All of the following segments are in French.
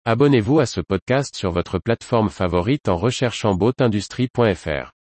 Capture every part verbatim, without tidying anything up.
Abonnez-vous à ce podcast sur votre plateforme favorite en recherchant boatindustrie point f r.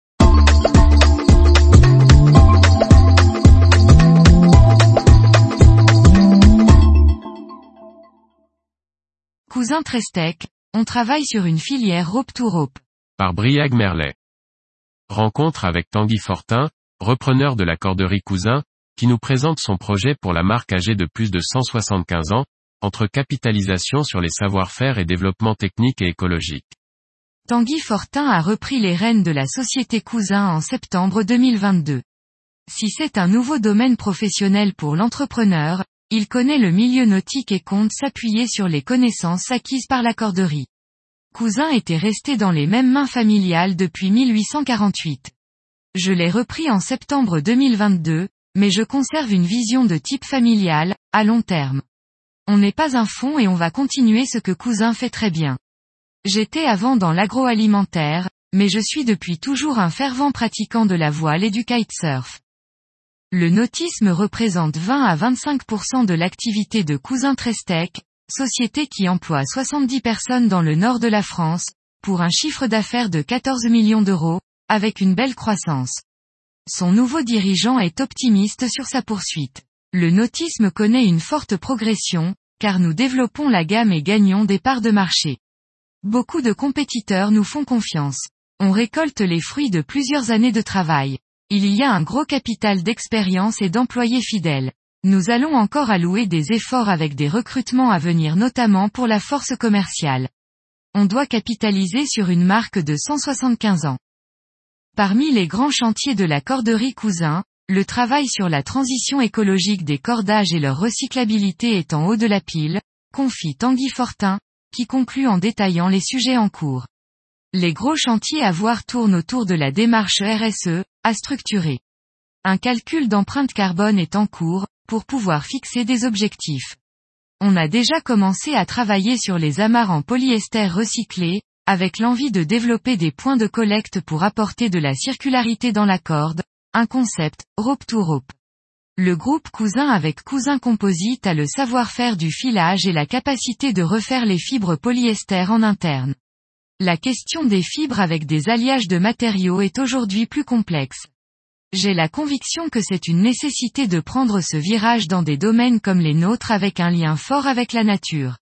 Cousin Trestec, on travaille sur une filière rope to rope. Par Briag Merlet. Rencontre avec Tanguy Fortin, repreneur de la corderie Cousin, qui nous présente son projet pour la marque âgée de plus de cent soixante-quinze ans, entre capitalisation sur les savoir-faire et développement technique et écologique. Tanguy Fortin a repris les rênes de la société Cousin en septembre deux mille vingt-deux. Si c'est un nouveau domaine professionnel pour l'entrepreneur, il connaît le milieu nautique et compte s'appuyer sur les connaissances acquises par la corderie. Cousin était resté dans les mêmes mains familiales depuis mille huit cent quarante-huit. Je l'ai repris en septembre deux mille vingt-deux, mais je conserve une vision de type familial, à long terme. On n'est pas un fonds et on va continuer ce que Cousin fait très bien. J'étais avant dans l'agroalimentaire, mais je suis depuis toujours un fervent pratiquant de la voile et du kitesurf. Le nautisme représente vingt à vingt-cinq pour cent de l'activité de Cousin Trestec, société qui emploie soixante-dix personnes dans le nord de la France, pour un chiffre d'affaires de quatorze millions d'euros, avec une belle croissance. Son nouveau dirigeant est optimiste sur sa poursuite. Le nautisme connaît une forte progression, car nous développons la gamme et gagnons des parts de marché. Beaucoup de compétiteurs nous font confiance. On récolte les fruits de plusieurs années de travail. Il y a un gros capital d'expérience et d'employés fidèles. Nous allons encore allouer des efforts avec des recrutements à venir notamment pour la force commerciale. On doit capitaliser sur une marque de cent soixante-quinze ans. Parmi les grands chantiers de la corderie Cousin, le travail sur la transition écologique des cordages et leur recyclabilité est en haut de la pile, confie Tanguy Fortin, qui conclut en détaillant les sujets en cours. Les gros chantiers à voir tournent autour de la démarche R S E, à structurer. Un calcul d'empreinte carbone est en cours, pour pouvoir fixer des objectifs. On a déjà commencé à travailler sur les amarres en polyester recyclé, avec l'envie de développer des points de collecte pour apporter de la circularité dans la corde, un concept, rope to rope. Le groupe Cousin avec Cousin Composite a le savoir-faire du filage et la capacité de refaire les fibres polyester en interne. La question des fibres avec des alliages de matériaux est aujourd'hui plus complexe. J'ai la conviction que c'est une nécessité de prendre ce virage dans des domaines comme les nôtres avec un lien fort avec la nature.